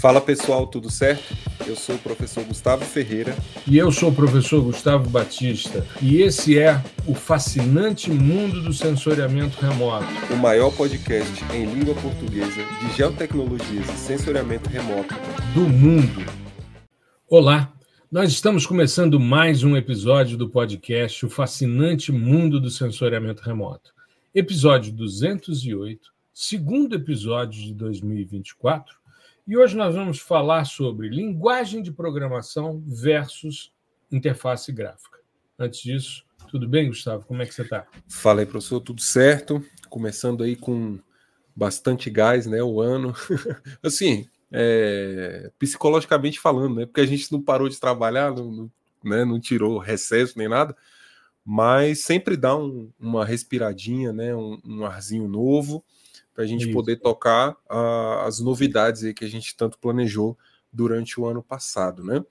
Fala pessoal, tudo certo? Eu sou o professor Gustavo Ferreira. E eu sou o professor Gustavo Batista. E esse é o fascinante mundo do sensoriamento remoto. O maior podcast em língua portuguesa de geotecnologias e sensoriamento remoto do mundo. Olá, nós estamos começando mais um episódio do podcast O Fascinante Mundo do Sensoriamento Remoto. Episódio 208, segundo episódio de 2024. E hoje nós vamos falar sobre linguagem de programação versus interface gráfica. Antes disso, tudo bem, Gustavo? Como é que você está? Fala aí, professor, tudo certo? Começando aí com bastante gás, né, o ano. Assim, psicologicamente falando, né, porque a gente não parou de trabalhar, não tirou recesso nem nada, mas sempre dá uma respiradinha, né, um arzinho novo, para a gente poder tocar as novidades aí que a gente tanto planejou durante o ano passado, né?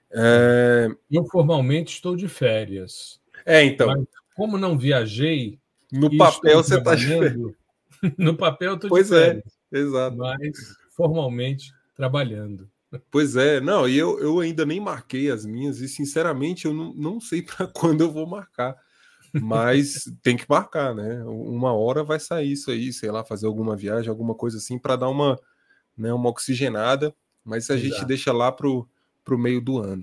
Eu formalmente estou de férias. Então. Mas como não viajei, no papel você está de férias. No papel eu estou de férias. Exato. Mas formalmente trabalhando. Pois é, não, e eu ainda nem marquei as minhas, e sinceramente eu não sei para quando eu vou marcar. Mas tem que marcar, né? Uma hora vai sair isso aí, sei lá, fazer alguma viagem, alguma coisa assim, para dar uma oxigenada, mas a gente deixa lá pro meio do ano.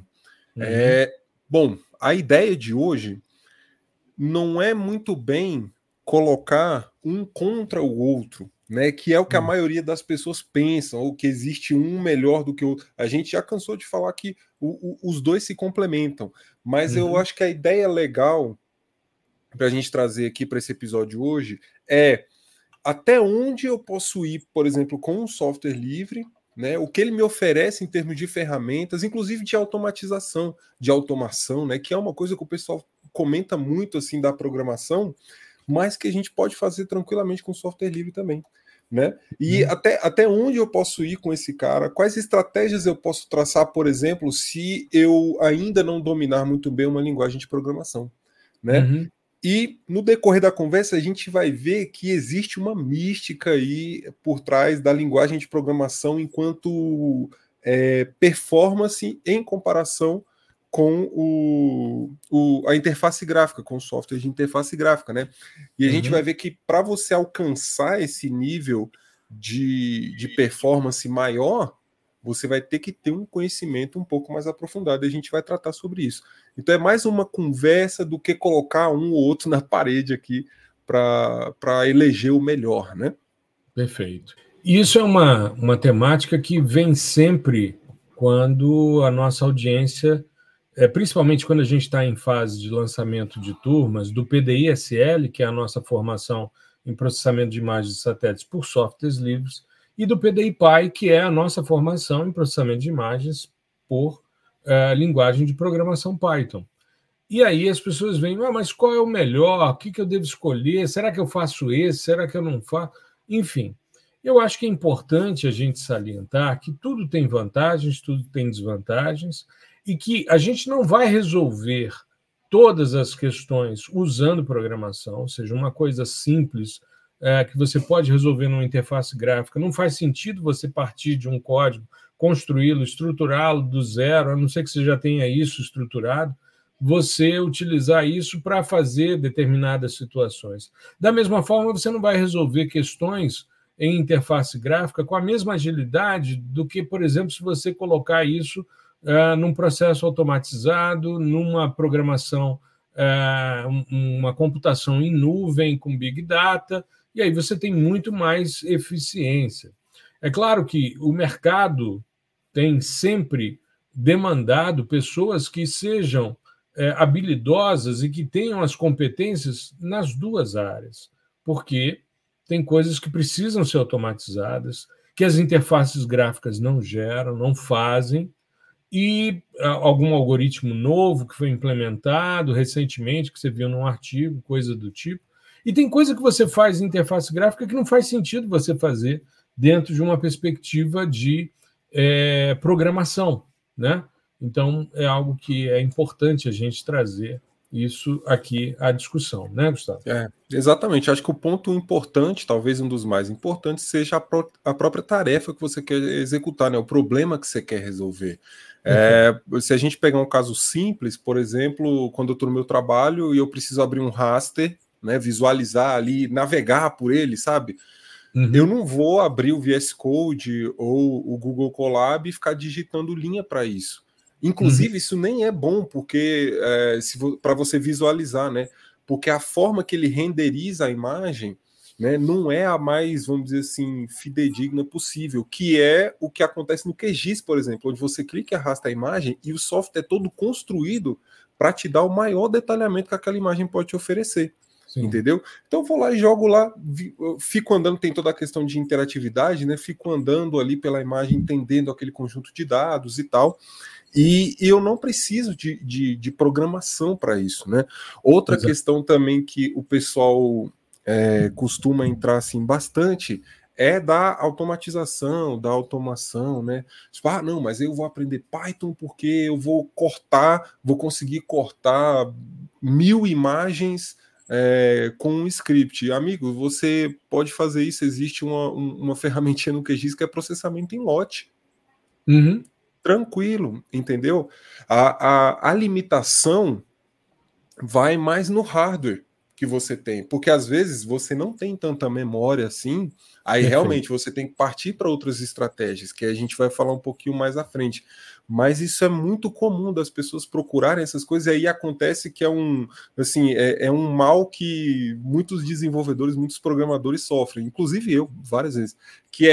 Bom, a ideia de hoje não é muito bem colocar um contra o outro, né? Que é o que a maioria das pessoas pensam, ou que existe um melhor do que o outro. A gente já cansou de falar que os dois se complementam, mas eu acho que a ideia legal para a gente trazer aqui para esse episódio hoje é até onde eu posso ir, por exemplo, com um software livre, né? O que ele me oferece em termos de ferramentas, inclusive de automatização, de automação, né? Que é uma coisa que o pessoal comenta muito assim da programação, mas que a gente pode fazer tranquilamente com software livre também, né? E até onde eu posso ir com esse cara? Quais estratégias eu posso traçar, por exemplo, se eu ainda não dominar muito bem uma linguagem de programação, né? E no decorrer da conversa a gente vai ver que existe uma mística aí por trás da linguagem de programação enquanto performance em comparação com a interface gráfica, com o software de interface gráfica, né? E a gente vai ver que para você alcançar esse nível de performance maior, você vai ter que ter um conhecimento um pouco mais aprofundado, e a gente vai tratar sobre isso. Então é mais uma conversa do que colocar um ou outro na parede aqui para eleger o melhor, né? Perfeito. Isso é uma temática que vem sempre quando a nossa audiência, principalmente quando a gente está em fase de lançamento de turmas, do PDI-SL, que é a nossa formação em processamento de imagens de satélites por softwares livres, e do PDI-PY, que é a nossa formação em processamento de imagens por linguagem de programação Python. E aí as pessoas veem, mas qual é o melhor? O que eu devo escolher? Será que eu faço esse? Será que eu não faço? Enfim, eu acho que é importante a gente salientar que tudo tem vantagens, tudo tem desvantagens, e que a gente não vai resolver todas as questões usando programação, ou seja, uma coisa simples que você pode resolver numa interface gráfica. Não faz sentido você partir de um código, construí-lo, estruturá-lo do zero, a não ser que você já tenha isso estruturado, você utilizar isso para fazer determinadas situações. Da mesma forma, você não vai resolver questões em interface gráfica com a mesma agilidade do que, por exemplo, se você colocar isso num processo automatizado, numa programação, uma computação em nuvem com Big Data, e aí você tem muito mais eficiência. É claro que o mercado tem sempre demandado pessoas que sejam habilidosas e que tenham as competências nas duas áreas, porque tem coisas que precisam ser automatizadas, que as interfaces gráficas não geram, não fazem, e algum algoritmo novo que foi implementado recentemente, que você viu num artigo, coisa do tipo. E tem coisa que você faz em interface gráfica que não faz sentido você fazer dentro de uma perspectiva de programação, né? Então, é algo que é importante a gente trazer isso aqui à discussão, né, Gustavo? Exatamente. Acho que o ponto importante, talvez um dos mais importantes, seja a própria tarefa que você quer executar, né? O problema que você quer resolver. Se a gente pegar um caso simples, por exemplo, quando eu estou no meu trabalho e eu preciso abrir um raster, né, visualizar ali, navegar por ele, sabe? Eu não vou abrir o VS Code ou o Google Colab e ficar digitando linha para isso. Inclusive, isso nem é bom, porque para você visualizar, né? Porque a forma que ele renderiza a imagem, né, não é a mais, vamos dizer assim, fidedigna possível, que é o que acontece no QGIS, por exemplo, onde você clica e arrasta a imagem e o software é todo construído para te dar o maior detalhamento que aquela imagem pode te oferecer. Sim. Entendeu? Então eu vou lá e jogo lá, fico andando, tem toda a questão de interatividade, né? Fico andando ali pela imagem, entendendo aquele conjunto de dados e tal. E eu não preciso de programação para isso, né? Outra Exato. Questão também que o pessoal costuma entrar assim bastante é da automatização, da automação, né? Tipo, não, mas eu vou aprender Python porque eu vou conseguir cortar 1000 imagens com um script. Amigo, você pode fazer isso, existe uma ferramentinha no QGIS que é processamento em lote. Tranquilo, entendeu? A limitação vai mais no hardware que você tem, porque às vezes você não tem tanta memória assim, aí realmente você tem que partir para outras estratégias, que a gente vai falar um pouquinho mais à frente. Mas isso é muito comum das pessoas procurarem essas coisas, e aí acontece que é um mal que muitos desenvolvedores, muitos programadores sofrem, inclusive eu, várias vezes, que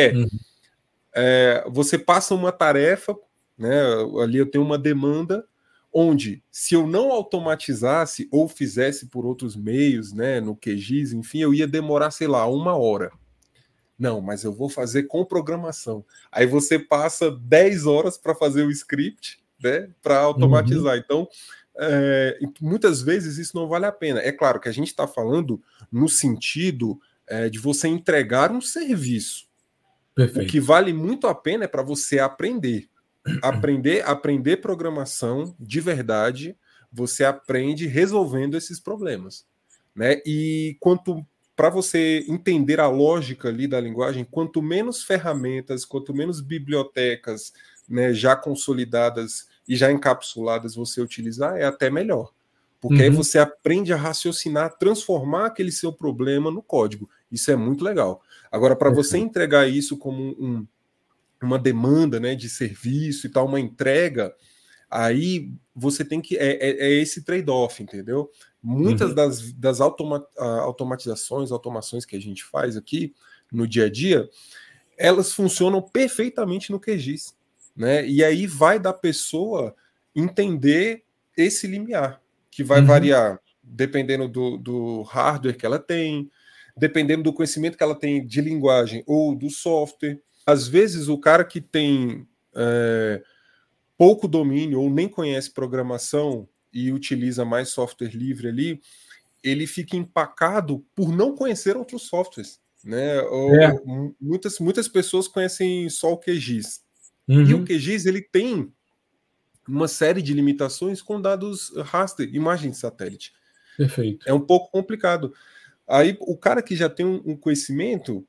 você passa uma tarefa, né, ali eu tenho uma demanda, onde se eu não automatizasse ou fizesse por outros meios, né, no QGIS, enfim, eu ia demorar, sei lá, 1 hora. Não, mas eu vou fazer com programação. Aí você passa 10 horas para fazer o script, né, para automatizar. Então, muitas vezes isso não vale a pena. É claro que a gente está falando no sentido de você entregar um serviço. Perfeito. O que vale muito a pena é para você aprender. Aprender programação de verdade, você aprende resolvendo esses problemas, né? E para você entender a lógica ali da linguagem, quanto menos ferramentas, quanto menos bibliotecas, né, já consolidadas e já encapsuladas você utilizar, é até melhor. Porque aí você aprende a raciocinar, transformar aquele seu problema no código. Isso é muito legal. Agora, para você entregar isso como uma demanda, né, de serviço e tal, uma entrega, aí você tem que... É esse trade-off, entendeu? Muitas das automatizações, automações que a gente faz aqui no dia a dia, elas funcionam perfeitamente no QGIS, né? E aí vai da pessoa entender esse limiar, que vai variar dependendo do hardware que ela tem, dependendo do conhecimento que ela tem de linguagem ou do software. Às vezes o cara que tem pouco domínio ou nem conhece programação e utiliza mais software livre ali, ele fica empacado por não conhecer outros softwares, né? Muitas pessoas conhecem só o QGIS. E o QGIS ele tem uma série de limitações com dados raster, imagem de satélite. Perfeito. É um pouco complicado. Aí o cara que já tem um conhecimento,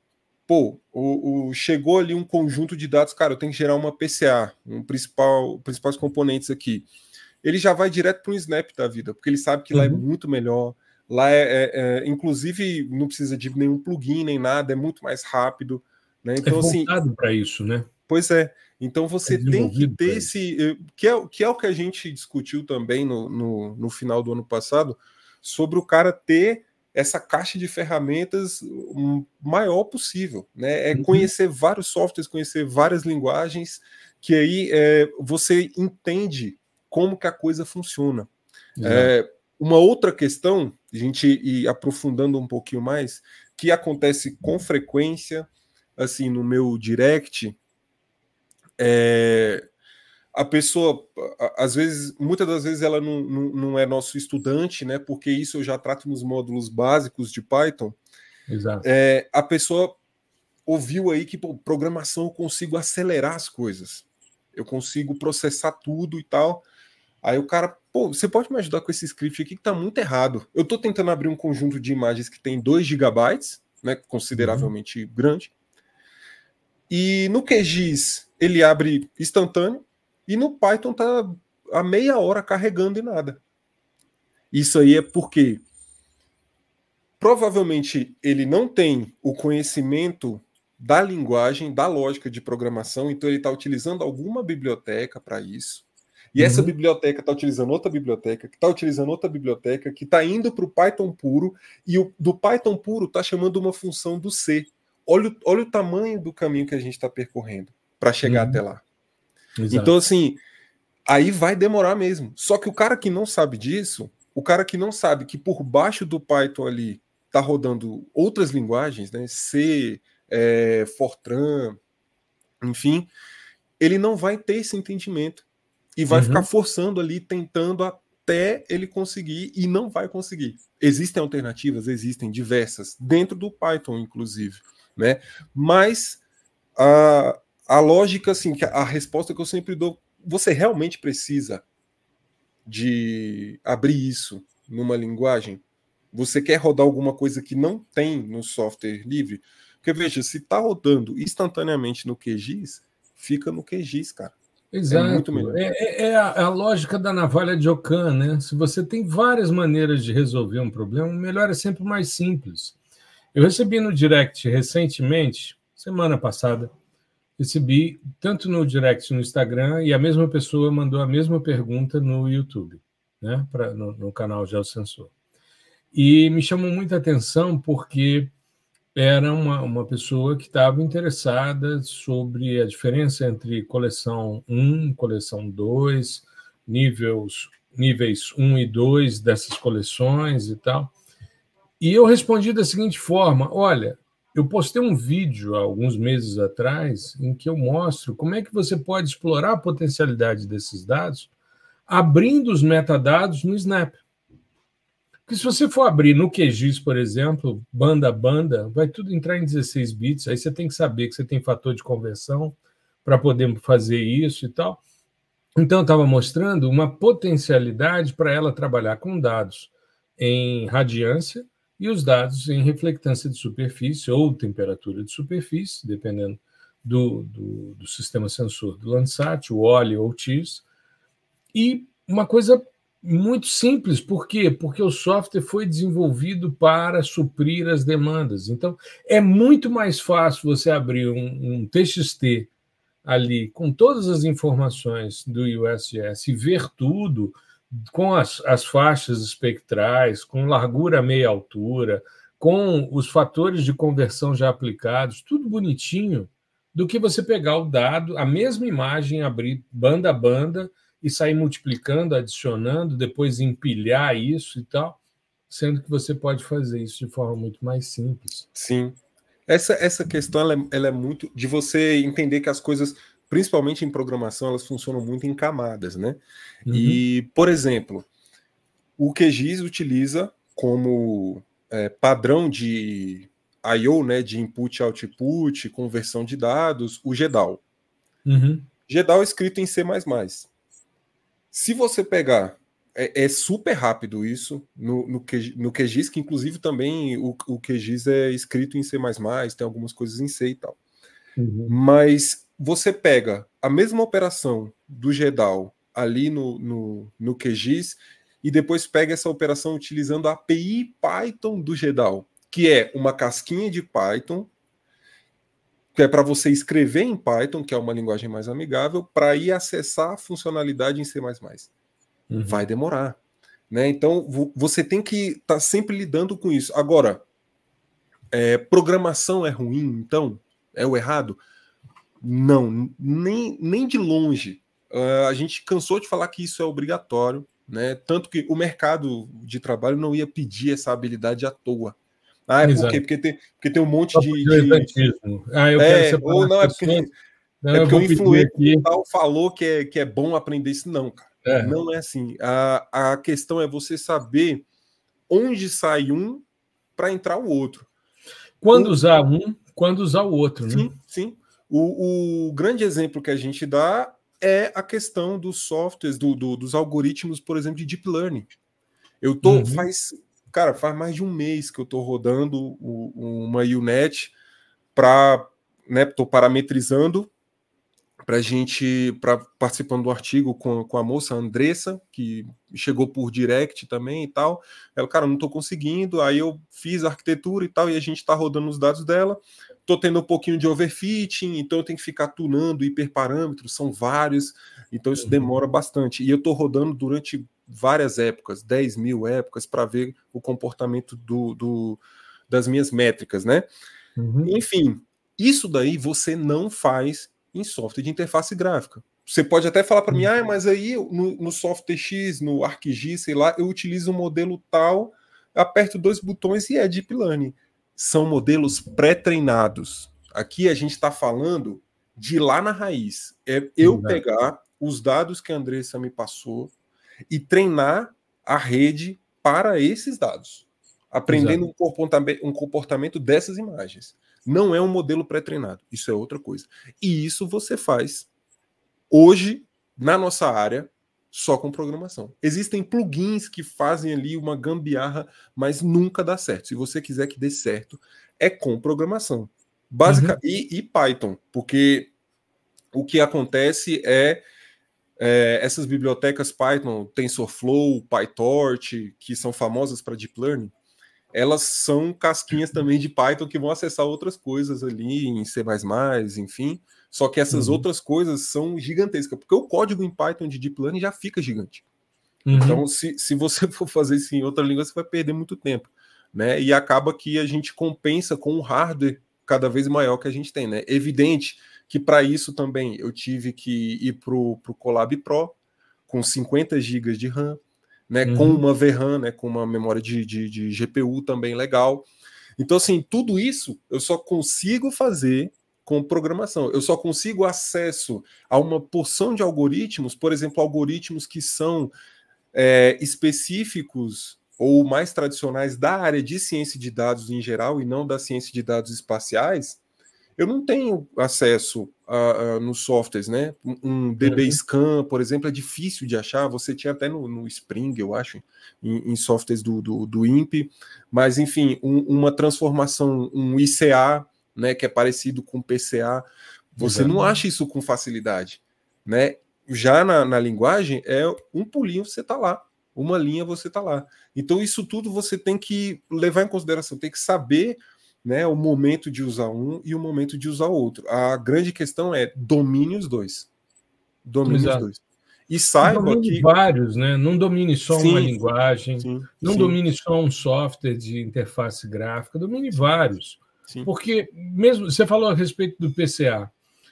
chegou ali um conjunto de dados, cara, eu tenho que gerar uma PCA, principais componentes aqui. Ele já vai direto para um Snap da vida, porque ele sabe que lá é muito melhor. Lá inclusive, não precisa de nenhum plugin nem nada, é muito mais rápido. Né? Então, voltado para isso, né? Pois é. Então você tem que ter esse. Que é o que a gente discutiu também no final do ano passado, sobre o cara ter essa caixa de ferramentas maior possível, né? É conhecer vários softwares, conhecer várias linguagens, que aí você entende como que a coisa funciona. Uma outra questão, a gente ir aprofundando um pouquinho mais, que acontece com frequência, assim, no meu direct, a pessoa, às vezes, muitas das vezes ela não é nosso estudante, né? Porque isso eu já trato nos módulos básicos de Python. Exato. A pessoa ouviu aí que programação eu consigo acelerar as coisas, eu consigo processar tudo e tal. Aí o cara, pô, você pode me ajudar com esse script aqui que está muito errado. Eu estou tentando abrir um conjunto de imagens que tem 2 gigabytes, né, consideravelmente grande, e no QGIS ele abre instantâneo, e no Python está a meia hora carregando e nada. Isso aí é porque provavelmente ele não tem o conhecimento da linguagem, da lógica de programação, então ele está utilizando alguma biblioteca para isso. E essa biblioteca está utilizando outra biblioteca, que está utilizando outra biblioteca, que está indo para o Python puro, e do Python puro está chamando uma função do C. Olha o tamanho do caminho que a gente está percorrendo para chegar até lá. Exato. Então, assim, aí vai demorar mesmo. Só que o cara que não sabe disso, o cara que não sabe que por baixo do Python ali está rodando outras linguagens, né, C, Fortran, enfim, ele não vai ter esse entendimento. E vai ficar forçando ali, tentando até ele conseguir, e não vai conseguir. Existem alternativas? Existem, diversas, dentro do Python, inclusive, né? Mas a lógica, assim, a resposta que eu sempre dou, você realmente precisa de abrir isso numa linguagem? Você quer rodar alguma coisa que não tem no software livre? Porque, veja, se está rodando instantaneamente no QGIS, fica no QGIS, cara. Exato. É muito melhor. É a lógica da navalha de Ockham, né? Se você tem várias maneiras de resolver um problema, o melhor é sempre o mais simples. Eu recebi no direct recentemente, semana passada, recebi tanto no direct no Instagram, e a mesma pessoa mandou a mesma pergunta no YouTube, né? No canal Geosensor. E me chamou muita atenção porque era uma pessoa que estava interessada sobre a diferença entre coleção 1, coleção 2, níveis 1 e 2 dessas coleções e tal. E eu respondi da seguinte forma: olha, eu postei um vídeo há alguns meses atrás em que eu mostro como é que você pode explorar a potencialidade desses dados abrindo os metadados no Snap. Porque se você for abrir no QGIS, por exemplo, banda a banda, vai tudo entrar em 16 bits, aí você tem que saber que você tem fator de conversão para poder fazer isso e tal. Então, eu estava mostrando uma potencialidade para ela trabalhar com dados em radiância e os dados em reflectância de superfície ou temperatura de superfície, dependendo do sistema sensor do Landsat, o OLE ou o TIRS. E uma coisa muito simples. Por quê? Porque o software foi desenvolvido para suprir as demandas. Então, é muito mais fácil você abrir um TXT ali com todas as informações do USGS e ver tudo com as faixas espectrais, com largura meia altura, com os fatores de conversão já aplicados, tudo bonitinho, do que você pegar o dado, a mesma imagem, abrir banda a banda e sair multiplicando, adicionando, depois empilhar isso e tal, sendo que você pode fazer isso de forma muito mais simples. Sim. Essa questão ela é muito de você entender que as coisas, principalmente em programação, elas funcionam muito em camadas, né? E, por exemplo, o QGIS utiliza como padrão de I/O, né, de input output, conversão de dados, o GDAL. GDAL é escrito em C++. Se você pegar, é super rápido isso no QGIS, que inclusive também o QGIS é escrito em C++, tem algumas coisas em C e tal. Mas você pega a mesma operação do GDAL ali no QGIS e depois pega essa operação utilizando a API Python do GDAL, que é uma casquinha de Python, que é para você escrever em Python, que é uma linguagem mais amigável, para ir acessar a funcionalidade em C++. Vai demorar, né? Então você tem que estar sempre lidando com isso. Agora, programação é ruim, então? É o errado? Não, nem de longe. A gente cansou de falar que isso é obrigatório, né? Tanto que o mercado de trabalho não ia pedir essa habilidade à toa. Por quê? Porque tem um monte de... eu quero separar ou não, porque o influencer tal falou que é bom aprender isso. Não, cara. Não é assim. A questão é você saber onde sai um para entrar o outro. Quando usar um, quando usar o outro, sim, né? Sim. O grande exemplo que a gente dá é a questão dos softwares, dos algoritmos, por exemplo, de Deep Learning. Eu tô, faz mais de um mês que eu estou rodando uma UNet para, né, estou parametrizando para participando do artigo com a moça Andressa, que chegou por direct também e tal. Ela, cara, não estou conseguindo. Aí eu fiz a arquitetura e tal, e a gente está rodando os dados dela. Estou tendo um pouquinho de overfitting, então eu tenho que ficar tunando hiperparâmetros, são vários, então isso demora bastante. E eu estou rodando durante várias épocas, 10 mil épocas, para ver o comportamento das minhas métricas, né? Enfim, isso daí você não faz em software de interface gráfica. Você pode até falar para mim, mas aí no software X, no ArcGIS, sei lá, eu utilizo um modelo tal, aperto 2 botões e é Deep Learning. São modelos pré-treinados. Aqui a gente está falando de lá na raiz. É eu pegar os dados que a Andressa me passou e treinar a rede para esses dados, aprendendo um comportamento dessas imagens. Não é um modelo pré-treinado, isso é outra coisa. E isso você faz hoje, na nossa área, só com programação. Existem plugins que fazem ali uma gambiarra, mas nunca dá certo. Se você quiser que dê certo, é com programação. E Python, porque o que acontece essas bibliotecas Python, TensorFlow, PyTorch, que são famosas para Deep Learning, elas são casquinhas também de Python que vão acessar outras coisas ali em C++, enfim. Só que essas outras coisas são gigantescas, porque o código em Python de Deep Learning já fica gigante. Então, se você for fazer isso em outra língua, você vai perder muito tempo, né? E acaba que a gente compensa com um hardware cada vez maior que a gente tem, né? Evidente que para isso também eu tive que ir para o Colab Pro com 50 GB de RAM, né, com uma VRAM, né, com uma memória de GPU também legal. Então, assim, tudo isso eu só consigo fazer com programação. Eu só consigo acesso a uma porção de algoritmos, por exemplo, algoritmos que são específicos ou mais tradicionais da área de ciência de dados em geral e não da ciência de dados espaciais. Eu não tenho acesso nos softwares, né? Um DBScan, por exemplo, é difícil de achar. Você tinha até no Spring, eu acho, em softwares do INPE. Mas, enfim, uma transformação, um ICA, né, que é parecido com PCA, você não acha isso com facilidade, né? Já na linguagem, é um pulinho, você está lá. Uma linha, você está lá. Então, isso tudo você tem que levar em consideração, tem que saber, né, o momento de usar um e o momento de usar o outro. A grande questão é domine os dois. Domine os dois. E saiba que... vários, né? Não domine só uma linguagem, não domine só um software de interface gráfica, domine vários. Porque, mesmo você falou a respeito do PCA,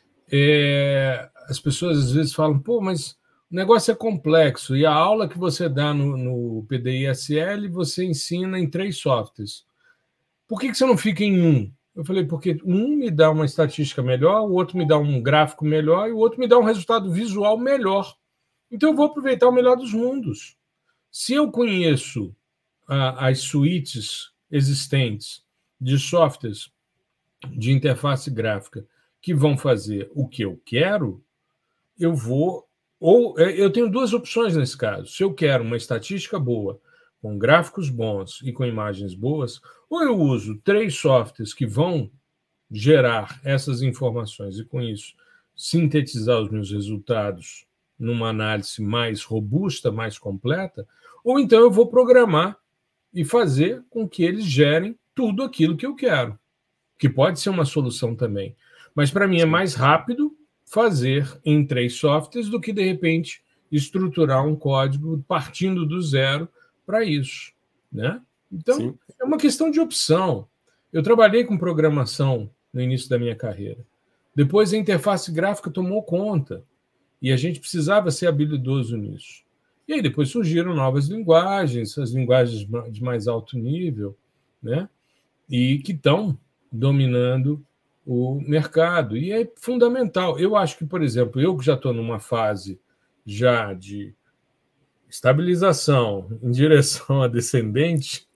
as pessoas às vezes falam, pô, mas o negócio é complexo, e a aula que você dá no PDI-SL, você ensina em 3 softwares. Por que você não fica em um? Eu falei, porque um me dá uma estatística melhor, o outro me dá um gráfico melhor e o outro me dá um resultado visual melhor. Então eu vou aproveitar o melhor dos mundos. Se eu conheço as suítes existentes de softwares de interface gráfica que vão fazer o que eu quero, eu vou... Ou eu tenho 2 opções nesse caso. Se eu quero uma estatística boa, com gráficos bons e com imagens boas, ou eu uso 3 softwares que vão gerar essas informações e, com isso, sintetizar os meus resultados numa análise mais robusta, mais completa, ou então eu vou programar e fazer com que eles gerem tudo aquilo que eu quero, que pode ser uma solução também. Mas, para mim, é mais rápido fazer em 3 softwares do que, de repente, estruturar um código partindo do zero para isso, né? Então, é uma questão de opção. Eu trabalhei com programação no início da minha carreira. Depois, a interface gráfica tomou conta e a gente precisava ser habilidoso nisso. E aí depois surgiram novas linguagens, as linguagens de mais alto nível, né? E que estão dominando o mercado. E é fundamental. Eu acho que, por exemplo, eu que já estou numa fase já de estabilização em direção a descendente,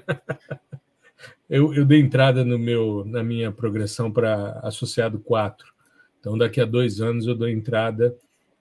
eu dei entrada na minha progressão para associado 4. Então, daqui a 2 anos, eu dou entrada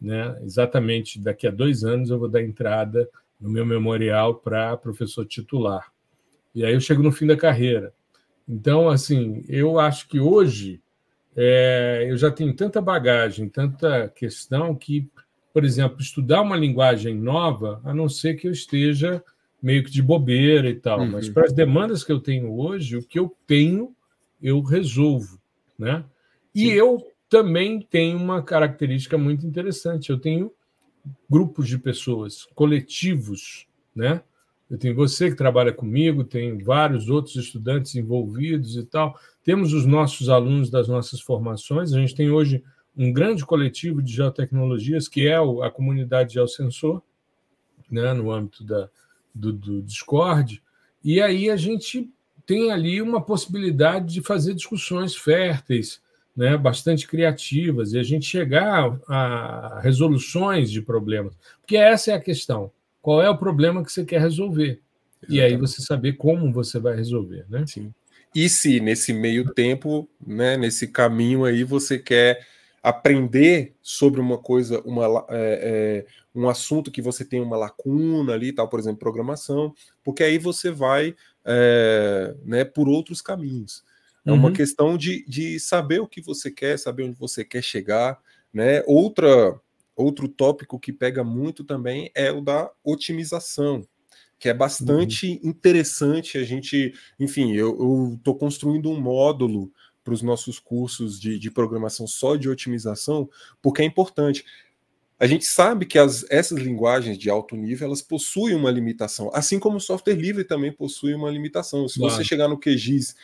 né? Exatamente daqui a 2 anos eu vou dar entrada no meu memorial para professor titular. E aí eu chego no fim da carreira. Então, assim, eu acho que hoje eu já tenho tanta bagagem, tanta questão que, por exemplo, estudar uma linguagem nova, a não ser que eu esteja meio que de bobeira e tal, mas para as demandas que eu tenho hoje, o que eu tenho, eu resolvo, né? E Sim. eu também tenho uma característica muito interessante, eu tenho grupos de pessoas, coletivos, né? Eu tenho você que trabalha comigo, tem vários outros estudantes envolvidos e tal. Temos os nossos alunos das nossas formações. A gente tem hoje um grande coletivo de geotecnologias, que é a comunidade Geosensor, né, no âmbito do Discord. E aí a gente tem ali uma possibilidade de fazer discussões férteis, né, bastante criativas, e a gente chegar a resoluções de problemas. Porque essa é a questão. Qual é o problema que você quer resolver? E aí Exatamente. você saber como você vai resolver, né? Sim. E se nesse meio tempo, né, nesse caminho aí, você quer aprender sobre uma coisa, um assunto que você tem uma lacuna ali, tal, por exemplo, programação, porque aí você vai né, por outros caminhos. É uma questão de saber o que você quer, saber onde você quer chegar, né? Outro tópico que pega muito também é o da otimização, que é bastante interessante. A gente, enfim, eu estou construindo um módulo para os nossos cursos de programação só de otimização, porque é importante. A gente sabe que essas linguagens de alto nível, elas possuem uma limitação, assim como o software livre também possui uma limitação. Se você chegar no QGIS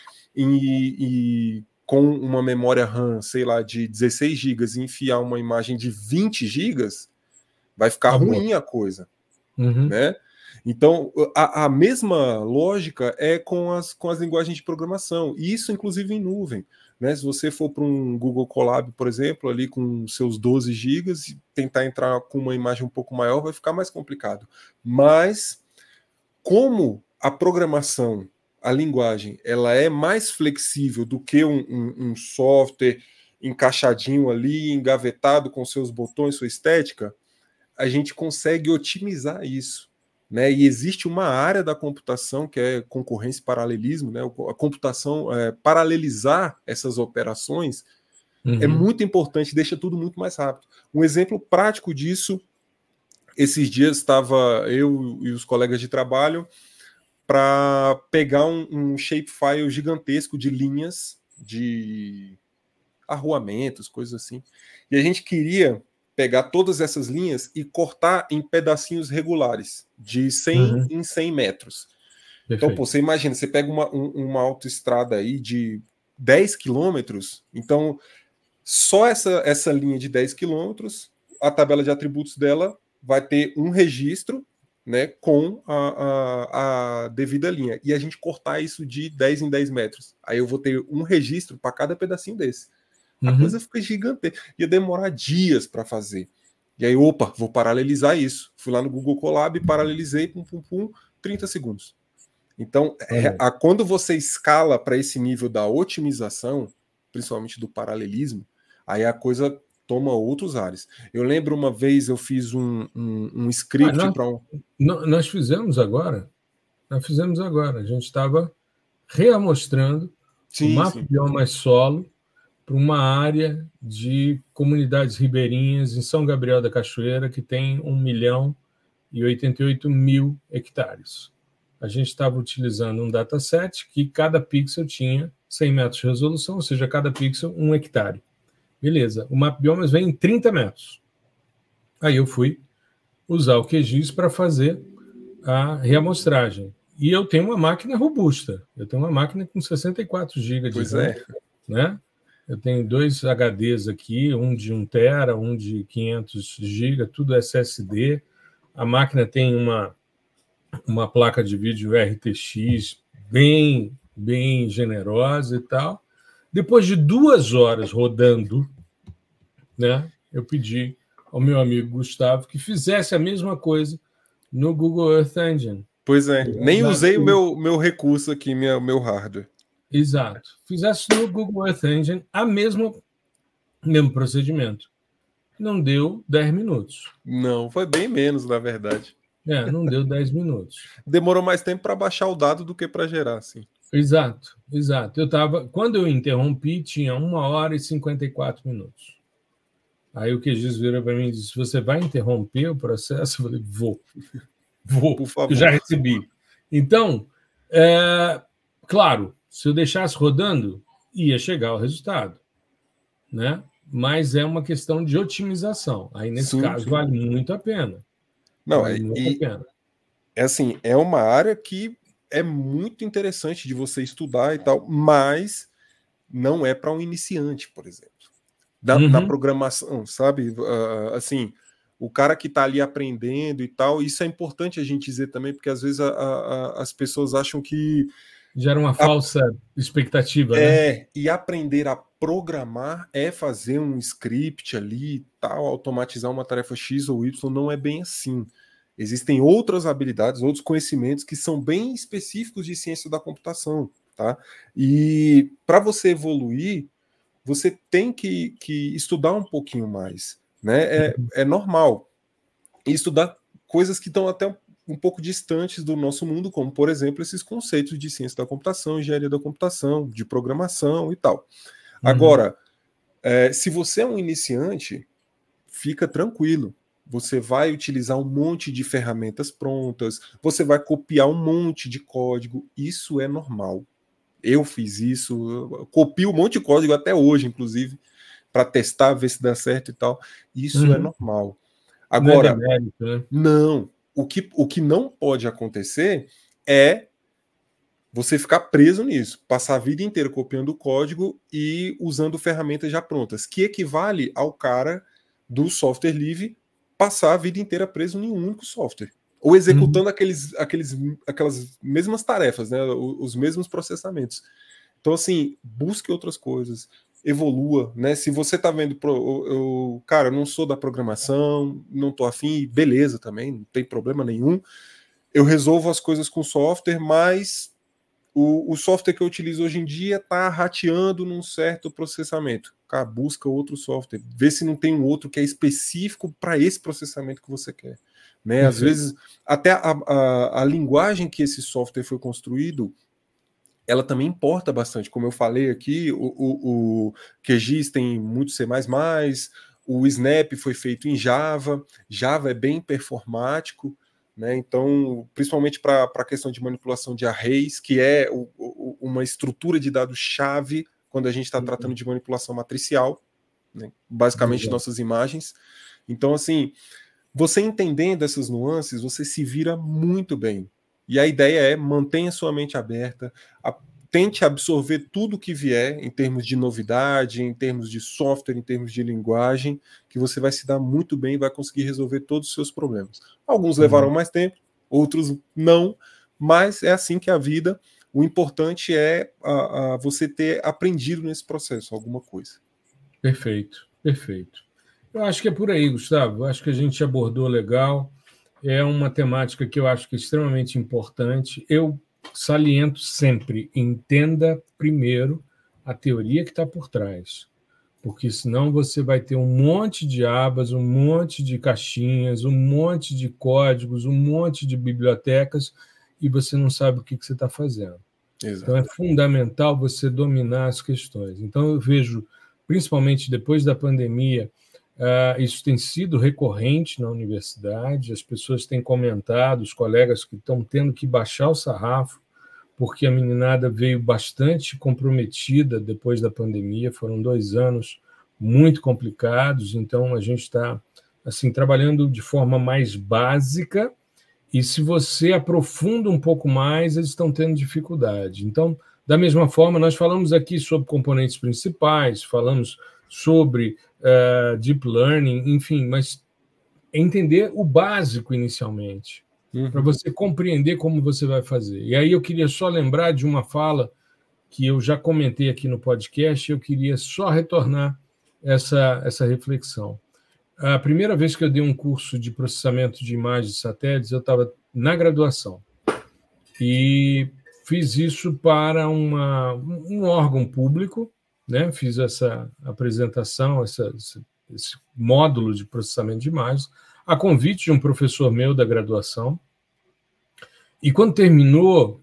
com uma memória RAM, sei lá, de 16 GB e enfiar uma imagem de 20 GB, vai ficar ruim a coisa, né? Então, a mesma lógica é com as linguagens de programação, e isso inclusive em nuvem. Né? Se você for para um Google Colab, por exemplo, ali com seus 12 GB, e tentar entrar com uma imagem um pouco maior, vai ficar mais complicado. Mas, como a programação, a linguagem, ela é mais flexível do que um software encaixadinho ali, engavetado com seus botões, sua estética, a gente consegue otimizar isso. Né? E existe uma área da computação que é concorrência e paralelismo, né? A computação, paralelizar essas operações é muito importante, deixa tudo muito mais rápido. Um exemplo prático disso, esses dias estava eu e os colegas de trabalho para pegar um shapefile gigantesco de linhas, de arruamentos, coisas assim, e a gente queria pegar todas essas linhas e cortar em pedacinhos regulares, de 100 em 100 metros. Perfeito. Então, pô, você imagina, você pega uma autoestrada aí de 10 quilômetros, então só essa linha de 10 quilômetros, a tabela de atributos dela vai ter um registro, né, com a devida linha. E a gente cortar isso de 10 em 10 metros. Aí eu vou ter um registro para cada pedacinho desse. A coisa fica gigante. Ia demorar dias para fazer. E aí, opa, vou paralelizar isso. Fui lá no Google Colab, paralelizei, 30 segundos. Então, quando você escala para esse nível da otimização, principalmente do paralelismo, aí a coisa toma outros ares. Eu lembro uma vez eu fiz um script para um... Nós fizemos agora. A gente estava reamostrando o mapa biomas solo para uma área de comunidades ribeirinhas em São Gabriel da Cachoeira, que tem 1.088.000 hectares. A gente estava utilizando um dataset que cada pixel tinha 100 metros de resolução, ou seja, cada pixel 1 hectare. Beleza, o mapa biomas vem em 30 metros. Aí eu fui usar o QGIS para fazer a reamostragem. E eu tenho uma máquina robusta. Eu tenho uma máquina com 64 GB de RAM, né? Eu tenho 2 HDs aqui, um de 1 tera, um de 500 GB, tudo SSD. A máquina tem uma placa de vídeo RTX bem generosa e tal. Depois de 2 horas rodando, né, eu pedi ao meu amigo Gustavo que fizesse a mesma coisa no Google Earth Engine. Pois é, nem usei o meu recurso aqui, meu hardware. Exato. Fizesse no Google Earth Engine mesmo procedimento. não deu 10 minutos. Não, foi bem menos, na verdade. Não deu 10 minutos. Demorou mais tempo para baixar o dado do que para gerar, sim. Exato. Quando eu interrompi, tinha 1h e 54 minutos. Aí o QGIS vira para mim e disse: você vai interromper o processo? Eu falei: vou. Por favor. Eu já recebi. Então, claro, se eu deixasse rodando, ia chegar ao resultado, né? Mas é uma questão de otimização. Aí, nesse caso, vale muito a pena. Não, é assim, é uma área que é muito interessante de você estudar e tal, mas não é para um iniciante, por exemplo. Na programação, sabe? Assim, o cara que está ali aprendendo e tal, isso é importante a gente dizer também, porque às vezes as pessoas acham que gera uma falsa expectativa, né? E aprender a programar é fazer um script ali e tal, automatizar uma tarefa X ou Y, não é bem assim. Existem outras habilidades, outros conhecimentos que são bem específicos de ciência da computação, tá? E para você evoluir, você tem que estudar um pouquinho mais, né? É normal. E estudar coisas que estão até um pouco distantes do nosso mundo, como, por exemplo, esses conceitos de ciência da computação, engenharia da computação, de programação e tal. Agora, se você é um iniciante, fica tranquilo. Você vai utilizar um monte de ferramentas prontas, você vai copiar um monte de código, isso é normal. Eu fiz isso, eu copio um monte de código até hoje, inclusive, para testar, ver se dá certo e tal. Isso é normal. Agora, não é demérito, né? Não. O que não pode acontecer é você ficar preso nisso, passar a vida inteira copiando o código e usando ferramentas já prontas, que equivale ao cara do software livre passar a vida inteira preso em um único software, ou executando aquelas mesmas tarefas, né, os mesmos processamentos. Então, assim, busque outras coisas, evolua, né? Se você está vendo, cara, eu não sou da programação, não tô afim, beleza também, não tem problema nenhum. Eu resolvo as coisas com software, mas o software que eu utilizo hoje em dia está rateando num certo processamento. Cara, busca outro software, vê se não tem um outro que é específico para esse processamento que você quer. Né? Às vezes, até a linguagem que esse software foi construído, ela também importa bastante. Como eu falei aqui, o QGIS tem muito C++, o Snap foi feito em Java, Java é bem performático, né? Então, principalmente para a questão de manipulação de arrays, que é uma estrutura de dados-chave quando a gente está tratando de manipulação matricial, né? Basicamente nossas imagens. Então, assim, você entendendo essas nuances, você se vira muito bem. E a ideia é mantenha sua mente aberta, tente absorver tudo que vier em termos de novidade, em termos de software, em termos de linguagem, que você vai se dar muito bem e vai conseguir resolver todos os seus problemas. Alguns levarão mais tempo, outros não, mas é assim que é a vida. O importante é você ter aprendido nesse processo alguma coisa. Perfeito, perfeito. Eu acho que é por aí, Gustavo. Eu acho que a gente abordou legal. É uma temática que eu acho que é extremamente importante. Eu saliento sempre: entenda primeiro a teoria que está por trás, porque senão você vai ter um monte de abas, um monte de caixinhas, um monte de códigos, um monte de bibliotecas e você não sabe o que você está fazendo. Exato. Então é fundamental você dominar as questões. Então eu vejo, principalmente depois da pandemia, isso tem sido recorrente na universidade, as pessoas têm comentado, os colegas que estão tendo que baixar o sarrafo, porque a meninada veio bastante comprometida depois da pandemia, foram 2 anos muito complicados, então a gente está assim, trabalhando de forma mais básica, e se você aprofunda um pouco mais, eles estão tendo dificuldade. Então, da mesma forma, nós falamos aqui sobre componentes principais, falamos sobre deep learning, enfim, mas entender o básico inicialmente, para você compreender como você vai fazer. E aí eu queria só lembrar de uma fala que eu já comentei aqui no podcast, eu queria só retornar essa reflexão. A primeira vez que eu dei um curso de processamento de imagens de satélites, eu estava na graduação e fiz isso para um órgão público, né? Fiz essa apresentação, essa esse módulo de processamento de imagens, a convite de um professor meu da graduação. E quando terminou,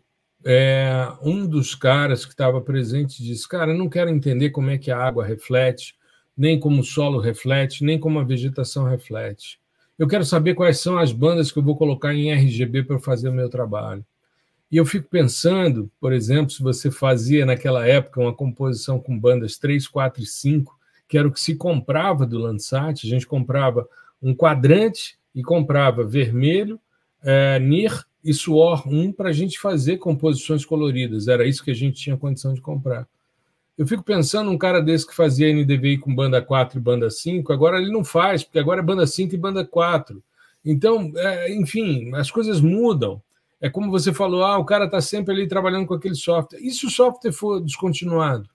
um dos caras que estava presente disse: cara, eu não quero entender como é que a água reflete, nem como o solo reflete, nem como a vegetação reflete. Eu quero saber quais são as bandas que eu vou colocar em RGB para fazer o meu trabalho. E eu fico pensando, por exemplo, se você fazia naquela época uma composição com bandas 3, 4 e 5, que era o que se comprava do Landsat, a gente comprava um quadrante e comprava vermelho, NIR e Suor 1 para a gente fazer composições coloridas. Era isso que a gente tinha condição de comprar. Eu fico pensando um cara desse que fazia NDVI com banda 4 e banda 5, agora ele não faz, porque agora é banda 5 e banda 4. Então, enfim, as coisas mudam. É como você falou, o cara está sempre ali trabalhando com aquele software. E se o software for descontinuado?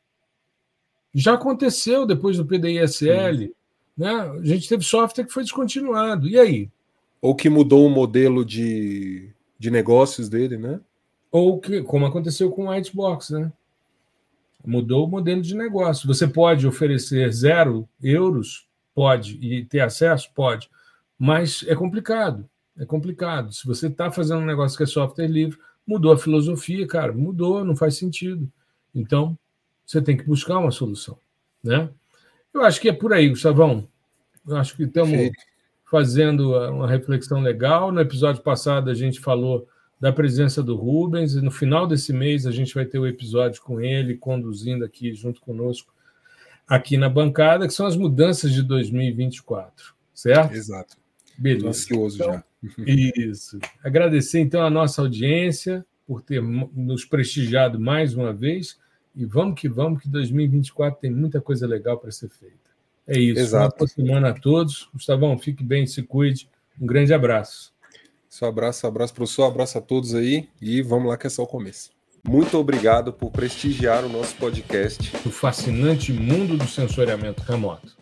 Já aconteceu depois do PDI-SL, né? A gente teve software que foi descontinuado. E aí? Ou que mudou o modelo de negócios dele, né? Ou que, como aconteceu com o Whitebox, né? Mudou o modelo de negócio. Você pode oferecer 0 euros, pode, e ter acesso, pode, mas é complicado. É complicado. Se você está fazendo um negócio que é software livre, mudou a filosofia, cara, mudou, não faz sentido. Então, você tem que buscar uma solução, né? Eu acho que é por aí, Gustavão. Eu acho que estamos fazendo uma reflexão legal. No episódio passado, a gente falou da presença do Rubens, e no final desse mês a gente vai ter o episódio com ele, conduzindo aqui junto conosco, aqui na bancada, que são as mudanças de 2024, certo? Exato. Beleza. Estou ansioso já. Isso. Agradecer, então, a nossa audiência por ter nos prestigiado mais uma vez, e vamos que 2024 tem muita coisa legal para ser feita. É isso. Exato. Uma boa semana a todos. Gustavão, fique bem, se cuide. Um grande abraço. Seu abraço, professor, abraço a todos aí, e vamos lá que é só o começo. Muito obrigado por prestigiar o nosso podcast. O fascinante mundo do sensoriamento remoto.